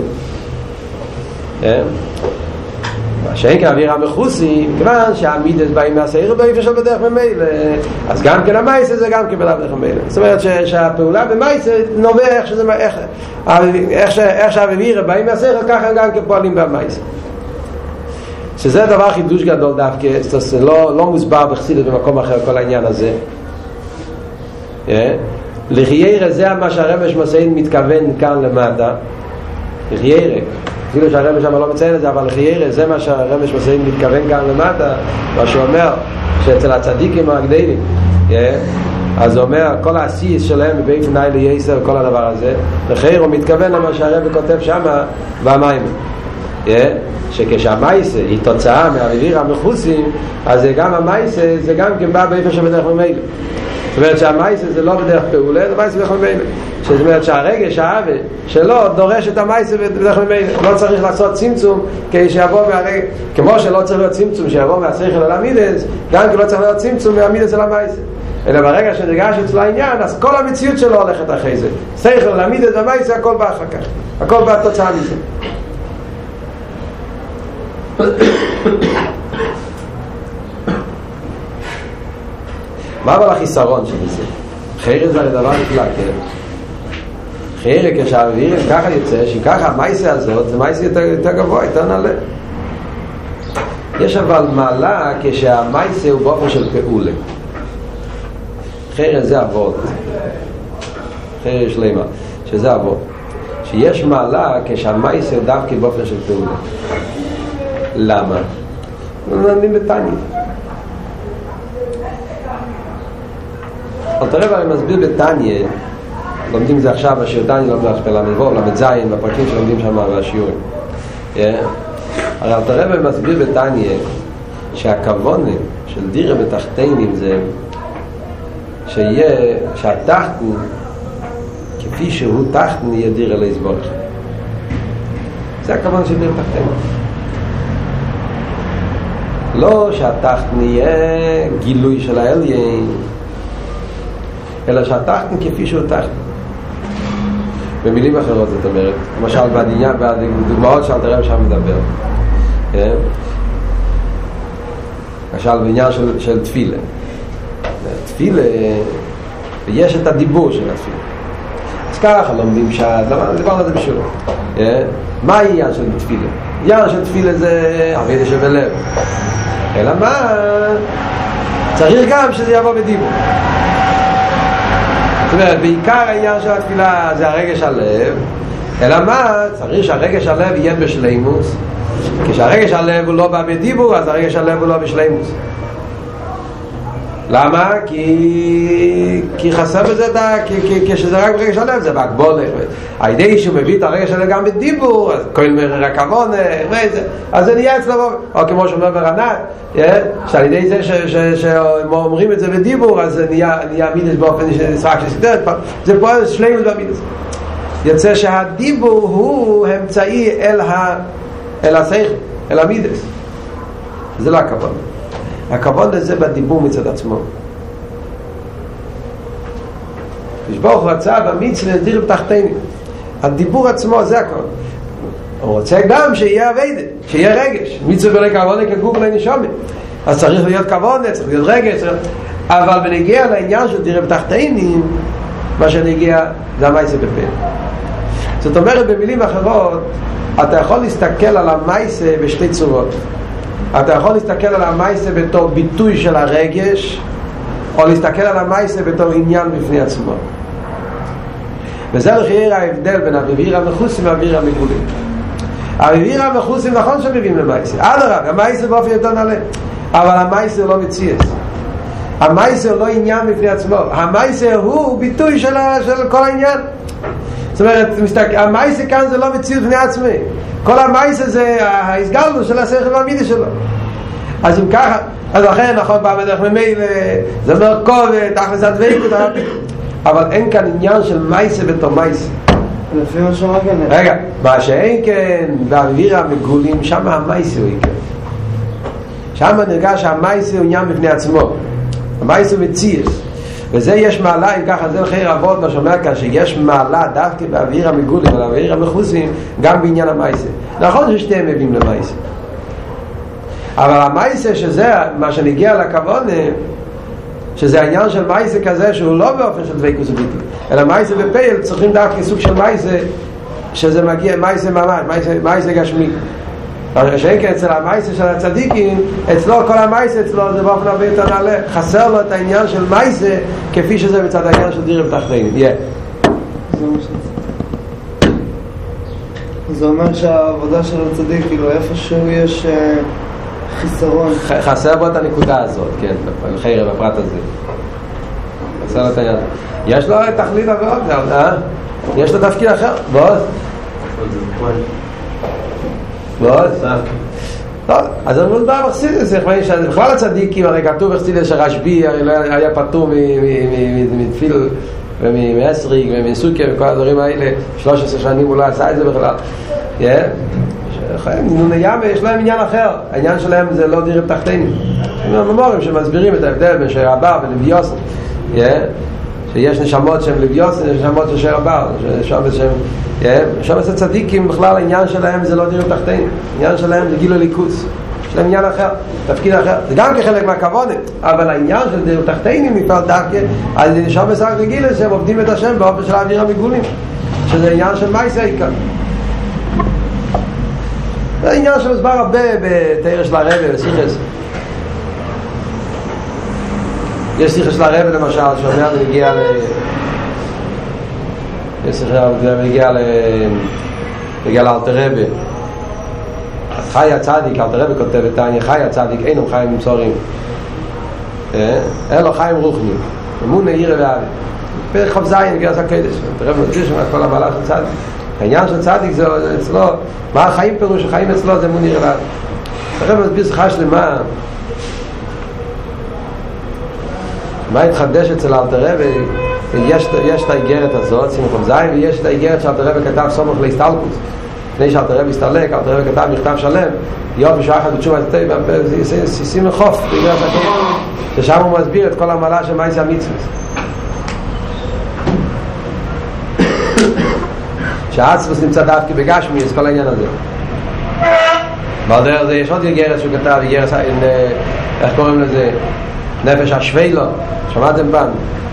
S1: שאין כאוויר המחוסי, כיוון שהמידס באים מהשכל באיפה של בדרך ממילא, אז גם כן המעשה זה גם כן בדרך ממילא. זאת אומרת שהפעולה במעשה נובע איך שזה, איך, איך, איך שהאוויר באים מהשכל, ככה גם כן פועלים במעשה. שזה דבר חידוש גדול דווקא, זה לא, לא מוסבר בחסידות במקום אחר כל העניין הזה. לחיירה זה מה שהרבש מסעין מתכוון כאן למטה, לחיירה, אפילו שהרבש שם לא מציין את זה, אבל לחיירה זה מה שהרבש מסעין מתכוון כאן למטה, מה שאומר שאצל הצדיקים הגדולים, אז הוא אומר כל העשייה שלהם בבית פנאי לייסר וכל הדבר הזה, לחיירה הוא מתכוון למה שהרבש כותב שם במים, שכשהמייסה היא תוצאה מהאוויר המחוסים, אז גם המייסה זה גם כן בא באיפה שבדרך ממילא. זאת אומרת שהמייסה זה לא בדרך פעולה, זה מייסה בדרך ממילא. זאת אומרת שהרגש, האהבה שלו דורש את המייסה בדרך ממילא. לא צריך לעשות צמצום כדי שיבוא מהרגש, כמו שלא צריך להיות צמצום שיבוא מהשכל אל המידס, גם כי לא צריך להיות צמצום מהמידס אל המייסה. אלא ברגע שנרגש אצלו העניין, אז כל המציאות שלו הולכת אחרי זה. שכל אל המידס והמייסה, הכל בא אחר כך, הכל בא תוצאה מזה. מה אבל החיסרון של זה? חיירה זה דבר נפלא, כן? חיירה כשהאוויר ככה יוצא, שככה המייסה הזאת זה מייסה יותר, יותר גבוה, יותר נעלה. יש אבל מעלה כשהמייסה הוא באופן של פעולה. חיירה זה עבוד, חיירה שלמה, שזה עבוד. שיש מעלה כשהמייסה הוא דווקא באופן של פעולה. למה? נלמדים בתניא. אבל תראה, אני מסביר בתניא, לומדים זה עכשיו בשיעור תניא, לומדים עכשיו למבוא, למד זין, בפרקים שלומדים שם בשיעורים. הרי תראה, אני מסביר בתניא שהכוונה של דירה בתחתינים זה שיהיה, שהתחתן כפי שהוא תחתן יהיה דירה להסבור. זה הכוונה של דירה בתחתינים. לא שהתחתן יהיה גילוי של העליין, אלא שהתחתן כפי שהוא תחתן. במילים אחרות זאת אומרת, למשל בעניין, בדוגמאות שאל תראה שם מדבר, למשל בעניין של, של תפילה. תפילה, יש את הדיבור של התפילה. אז ככה לומדים שעת, דיברנו על זה בשיעור. מה העניין של תפילה? העניין של תפילה זה עבודה שבלב. אלא מה? צריך גם שזה יבוא בדיבור. זאת אומרת, בעיקר העניין של התפילה זה הרגש הלב. אלא מה? צריך שהרגש הלב יהיה בשלימוס. כשהרגש הלב הוא לא בא בדיבור, אז הרגש הלב הוא לא בשלימוס. למה? כי כי חסר בזה, כשזה רק ברגש הלב זה בהגבולה. הידי שהוא מביא את הרגש הלב גם בדיבור, אז כל מרקבון, אז זה נהיה אצלו, או כמו שאומר ברנת, שעל ידי זה שאומרים את זה בדיבור, אז זה נהיה מידס באופן שסרק שסתרת, זה פועל שלנו במידס. יוצא שהדיבור הוא אמצעי אל אל השכל, אל המידס. זה לא הכוון. הכוון לזה בדיבור מצד עצמו. ברוך הוא רצה במצווה להסדיר בתחתינים. הדיבור עצמו זה הכוון. הוא רוצה גם שיהיה עבודה, שיהיה רגש. מצווה בלי כוונה כגוף בלי נשמה. אז צריך להיות כוונה, צריך להיות רגש. אבל בנגיע לעניין של דירה בתחתינים, מה שנגיע זה המייסה בפה. זאת אומרת, במילים אחרות, אתה יכול להסתכל על המייסה בשתי צורות. אתה יכול להסתכל על המייסה בתור ביטוי של הרגש, או להסתכל על המייסה בתור עניין בפני עצמו. וזה לחייר ההבדל בין האוויר המחוסים והאוויר המגולים. האוויר המחוסים נכון שמביאים למייסה. אדרבה, המייסה באופן יותר נעלה. אבל המייסה הוא לא מציאס. המייסה הוא לא עניין בפני עצמו. המייסה הוא ביטוי של, של כל העניין. זאת אומרת, המייסה כאן זה לא מציאות בפני עצמי. כל המייסה זה ההסגלנו של השכל והמידה שלו. אז אם ככה, אז אחרי נכון פעם בדרך ממילא, זה אומר כובד, תכלס הדבקות, אבל אין כאן עניין של מייסה בתור מייסה.
S2: לפי מה שאומר כאן.
S1: רגע, מה שאין כן, באוויר המגולים, שם המייסה הוא עיקר. שם נרגש שהמייסה הוא עניין בפני עצמו. המייסה הוא מציאות. וזה יש מעלה, אם ככה זה לחייר אבות מה שאומר כאן, שיש מעלה דווקא באוויר המגולים ובאוויר המחוסים, גם בעניין המייסה. נכון ששתיהם מביאים למייסה. אבל המייסה שזה מה שנגיע לכוונה, שזה העניין של מייסה כזה שהוא לא באופן של דבקות וביטול, אלא מייסה בפייל צריכים דווקא סוג של מייסה שזה מגיע מייסה ממש, מייסה, מייסה גשמי. שאין כן אצל המייסה של הצדיקים, אצלו כל המייסה אצלו זה באופן הרבה יותר נעלה, חסר לו את העניין של מייסה כפי שזה מצד העניין של דירה בתחתינים. yeah.
S2: זה אומר שהעבודה של הצדיק כאילו איפשהו יש חיסרון,
S1: חסר בו את הנקודה הזאת, כן, בחייר בפרט הזה חסר לו את העניין. יש לו תכלית עבוד, אה? יש לו תפקיד אחר, בוא בוא טוב, אז אני מודבר בחסידס, בכלל הצדיקים, הרי כתוב בחסידס שרשב"י היה פטור מתפיל ומאסריק ומסוקה וכל הדברים האלה, שלוש עשרה שנים הוא לא עשה את זה בכלל. יש להם עניין אחר, העניין שלהם זה לא דירה בתחתינים. יש ממורים שמסבירים את ההבדל בין שיר הבר ולוויוסן, שיש נשמות שהן לוויוסן, יש נשמות של שיר הבר, שם זה צדיקים בכלל העניין שלהם זה לא דירה בתחתינים, העניין שלהם זה גילו ליכוס, יש להם עניין אחר, תפקיד אחר, זה גם כחלק מהכוונת, אבל העניין של דירה בתחתינים נפעל דווקא על נשם בסך לגילה שהם עובדים את השם באופן של האוויר המגולים, שזה עניין של מייסה העיקר. זה עניין שמסבר הרבה בתאר של הרב וסיכס. יש סיכס של הרב למשל שאומר נגיע ל... יש סיכס נגיע ל... נגיע לאלתר רבי. חי הצדיק, אלתר רבי כותב את העניין, חי הצדיק, אינו חיים מבשורים. אלו חיים רוחניים. אמון נעיר ואהבי. פרק חוב זין, נגיע לזה הקדש. אלתר רבי מדגיש שם את כל המעלה של צדיק. העניין של צדיק זה אצלו, מה החיים פירוש? החיים אצלו זה אמון נעיר ואהבי. אלתר רבי מסביר שיחה שלמה. מה התחדש אצל אלתר רבי? יש, יש את האיגרת הזאת, שימו חוב זין, ויש את האיגרת שאלתר רבי כתב סומך להסתלקות. לפני שאלתר רבי הסתלק, אלתר רבי כתב מכתב שלם, יום בשעה אחת בתשובה שישים לחוף, ששם הוא מסביר את כל המעלה של מייסה המצווה. שהעצמוס נמצא דווקא בגשמי, אז כל העניין הזה. בעדר זה יש עוד איגרת שהוא כתב, איגרת, איך קוראים לזה? נפש השווילו, שמעתם פעם?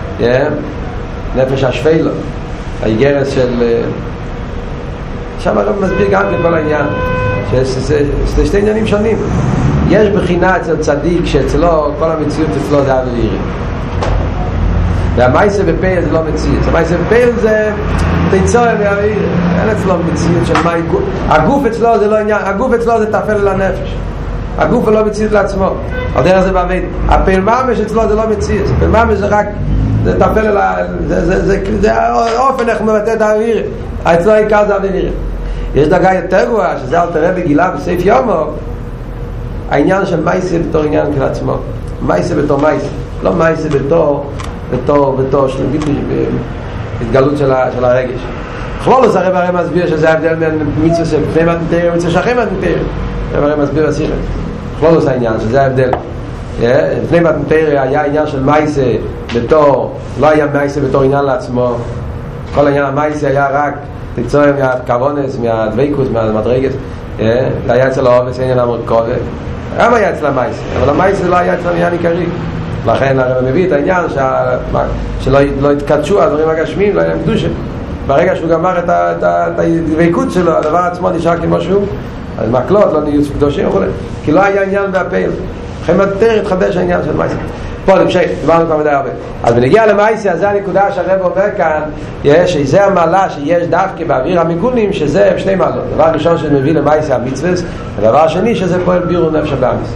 S1: נפש השווילו, האיגרת של... שם הרב מסביר גם לכל העניין שזה שתי עניינים שונים. יש בחינה אצל צדיק שאצלו כל המציאות אצלו זה אווירי, והמייסה בפייל זה לא מציאות. המייסה בפייל זה תיצור ואווירי, אין אצלו מציאות של מי גוף. הגוף אצלו זה לא עניין, הגוף אצלו זה תפל אל הנפש, הגוף הוא לא מציאות לעצמו. על דרך זה בעבד הפייל ממש אצלו זה לא מציאות, הפייל ממש זה רק זה תפל אל ה... זה האופן איך מבטא את האווירי, אצלו העיקר זה אווירי. יש דרגה יותר גבוהה שזה אלתר רבי גילה בסעיף יומו, העניין של מייסה בתור עניין של עצמו, מייסה בתור מייסה, לא מייסה בתור בתור בתור של ביטוי התגלות של, של הרגש. בכלולוס הרב הרי מסביר שזה ההבדל בין מצווה שלפני מתנתר ומצווה שאחרי מתנתר. הרב הרי מסביר בשיחה. בכלולוס העניין, שזה ההבדל. לפני מתנתר היה עניין של מייסה בתור, לא היה מייסה בתור עניין לעצמו. כל העניין המייסה היה רק תצור מהכוונס, מהדוויקוס, מהמדרגס. זה היה אצל האובס, עניין המורכבת. גם היה אצל המייסה, אבל המייסה לא היה אצל העניין עיקרי. לכן הרב מביא את העניין שלא התקדשו הדברים הגשמיים, לא היה להם קדושה. ברגע שהוא גמר את הדבקות שלו, הדבר עצמו נשאר כמו שהוא, אז מקלות לא נהיו קדושים וכו', כי לא היה עניין בהפעיל. לכן יותר התחדש העניין של מייסה. פה נמשך, דיברנו כבר מדי הרבה. אז בנגיע למייסה, זה הנקודה שהרב אומר כאן, שזה המעלה שיש דווקא באוויר המגונים, שזה שני מעלות. דבר ראשון שמביא למייסה המצווה, הדבר השני שזה פועל בירור נפש הבאמיס.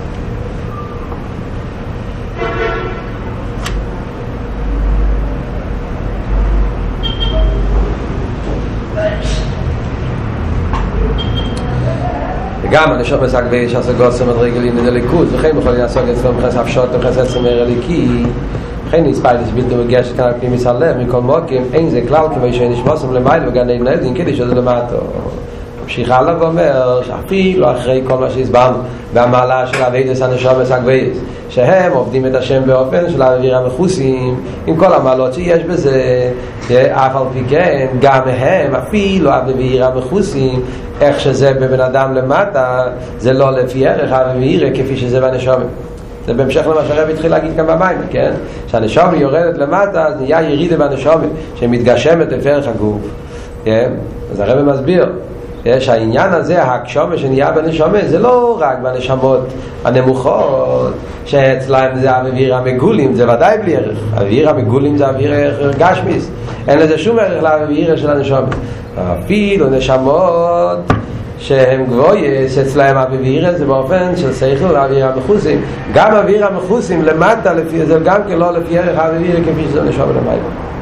S1: גם הנשום מסק ויש השגות סמד רגלים לדליקות וכן יכולים לעסוק אצלם חס הפשוט וחס עצם הרליקי וכן נספיידס בלתי מגשת כאן על פי מסלב מכל מוקים אין זה כלל כמו שנשמוסם למעלה וגן אין נדין כדי שזה למטו המשיכה עליו ואומר שאפילו אחרי כל מה שהסברנו והמעלה של הווידס הנשום מסק ויש שהם עובדים את השם באופן של האוויר המחוסים עם כל המעלות שיש בזה אף על פי כן גם הם אפילו האוויר המחוסים איך שזה בבן אדם למטה זה לא לפי ערך האוויר כפי שזה בנשום זה בהמשך למה שהרב התחיל להגיד כאן במים כן? שהנשום יורדת למטה אז נהיה ירידה בנשום שמתגשמת לפי ערך הגוף כן? אז הרב מסביר שהעניין הזה, הקשומה שנהיה בנשומה, זה לא רק בנשמות הנמוכות, שאצלהם זה האוויר המגולים, זה ודאי בלי ערך. האוויר המגולים זה האוויר גשמיס. אין לזה שום ערך לאוויר של הנשומה. אפילו נשמות שהם גבויס, אצלהם האוויר זה באופן של שכל לאוויר המחוסים. גם האוויר המחוסים למטה, לפי, זה גם כן לא לפי ערך האוויר כפי שזה נשום למעלה.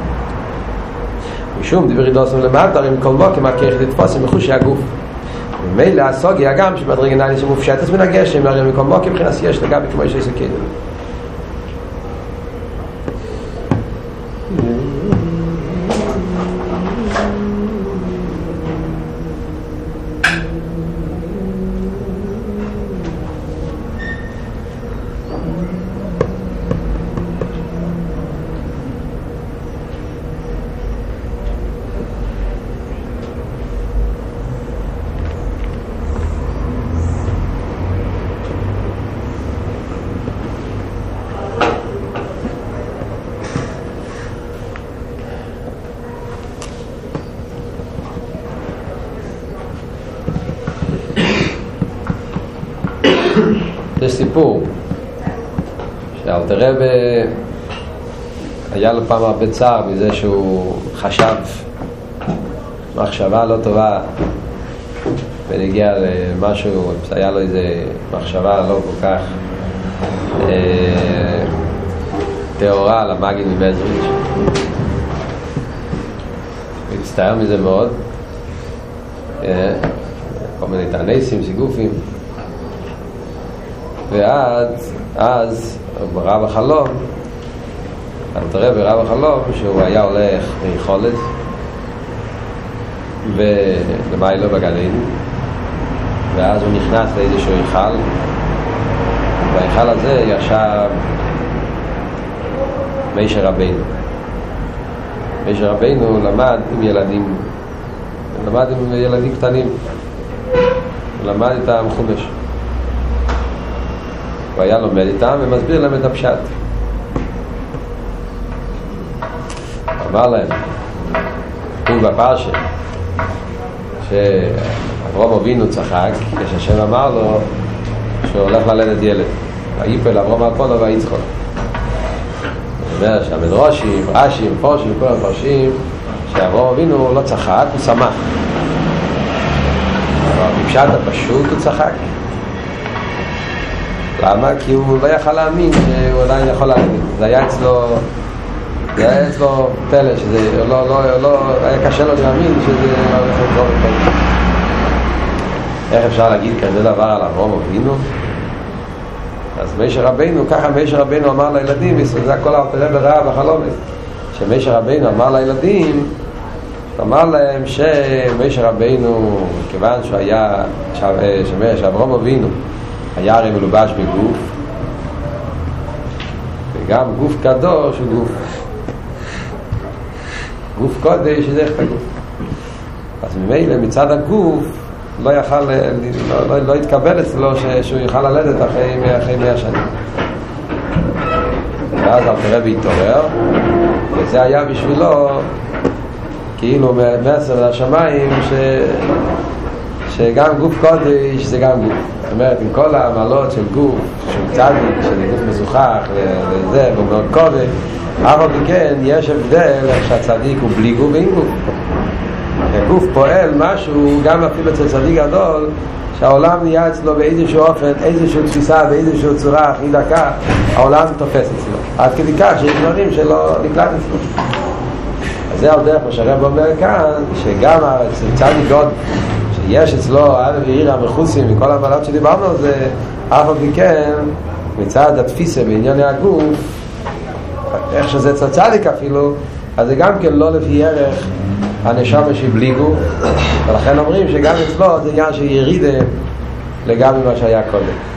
S1: משום דברי דוסם למטה עם כל מוקים הכיח לתפוס עם מחושי הגוף ומילא הסוגיה גם שבדרגנלי שמופשטת מן הגשם הרי מכל מוקים מבחינת יש לגבי כמו שיש הכידו יש סיפור שאלתר רב היה לו פעם הרבה צער מזה שהוא חשב מחשבה לא טובה ונגיע למשהו, היה לו איזה מחשבה לא כל כך אה, תיאורה על המגיד מבזריץ' הוא הצטער מזה מאוד אה, כל מיני תעניסים, סיגופים ואז, אז, הוא ראה בחלום, אלתר רב ראה בחלום שהוא היה הולך מיכולת ולמיילו בגליל ואז הוא נכנס לאיזשהו היכל וההיכל הזה ישב משה רבינו משה רבינו למד עם ילדים למד עם ילדים קטנים למד איתם חומש הוא היה לומד איתם ומסביר להם את הפשט אמר להם הוא בפרשה שאברהם אבינו צחק כשהשם אמר לו שהוא הולך ללדת ילד ויפל אברהם על פונו ויצחק זאת אומרת שהמדרושים, רש"י, מפורשים, כל המפרשים שאברהם אבינו לא צחק, הוא שמח אבל בפשט הפשוט הוא צחק למה? כי הוא לא יכל להאמין שהוא עדיין יכול להאמין זה היה אצלו זה היה אצלו פלא שזה לא, לא, לא, היה קשה לו להאמין שזה הולך לקרוא בפלא איך אפשר להגיד כזה דבר על אברהם אבינו? אז משה רבינו, ככה משה רבינו אמר לילדים זה הכל אלתר רב ראה בחלום שמשה רבינו אמר לילדים אמר להם שמשה רבינו, כיוון שהוא היה, שאברהם אבינו היה הרי מלובש בגוף, וגם גוף קדוש הוא גוף גוף קודש זה איך הגוף, אז ממילא מצד הגוף לא יכל, לא, לא, לא התקבל אצלו שהוא יוכל ללדת אחרי, אחרי מאה שנים. ואז אל תראה והתעורר, וזה היה בשבילו כאילו מסר לשמיים ש... שגם גוף קודש זה גם גוף. זאת אומרת, עם כל העמלות של גוף, של צדיק, של גוף מזוכח וזה, ומאוד קודש, אבל מכן יש הבדל שהצדיק הוא בלי גוף ועם גוף. הגוף פועל משהו, גם אפילו אצל צדיק גדול, שהעולם נהיה אצלו באיזשהו אופן, איזשהו תפיסה, באיזשהו צורה הכי דקה, העולם תופס אצלו. עד כדי כך שיש דברים שלא נקלט אצלו. אז זה על דרך מה שהרב אומר כאן, שגם אצל צדיק גדול, שיש אצלו א' ועיר המחוסים וכל המעלות שדיברנו על זה, אף על מכן, מצד התפיסה בעניין הגוף, איך שזה אצל צדיק אפילו, אז זה גם כן לא לפי ערך הנשמה שהיא בלי גוף, ולכן אומרים שגם אצלו זה עניין שירידה לגבי מה שהיה קודם.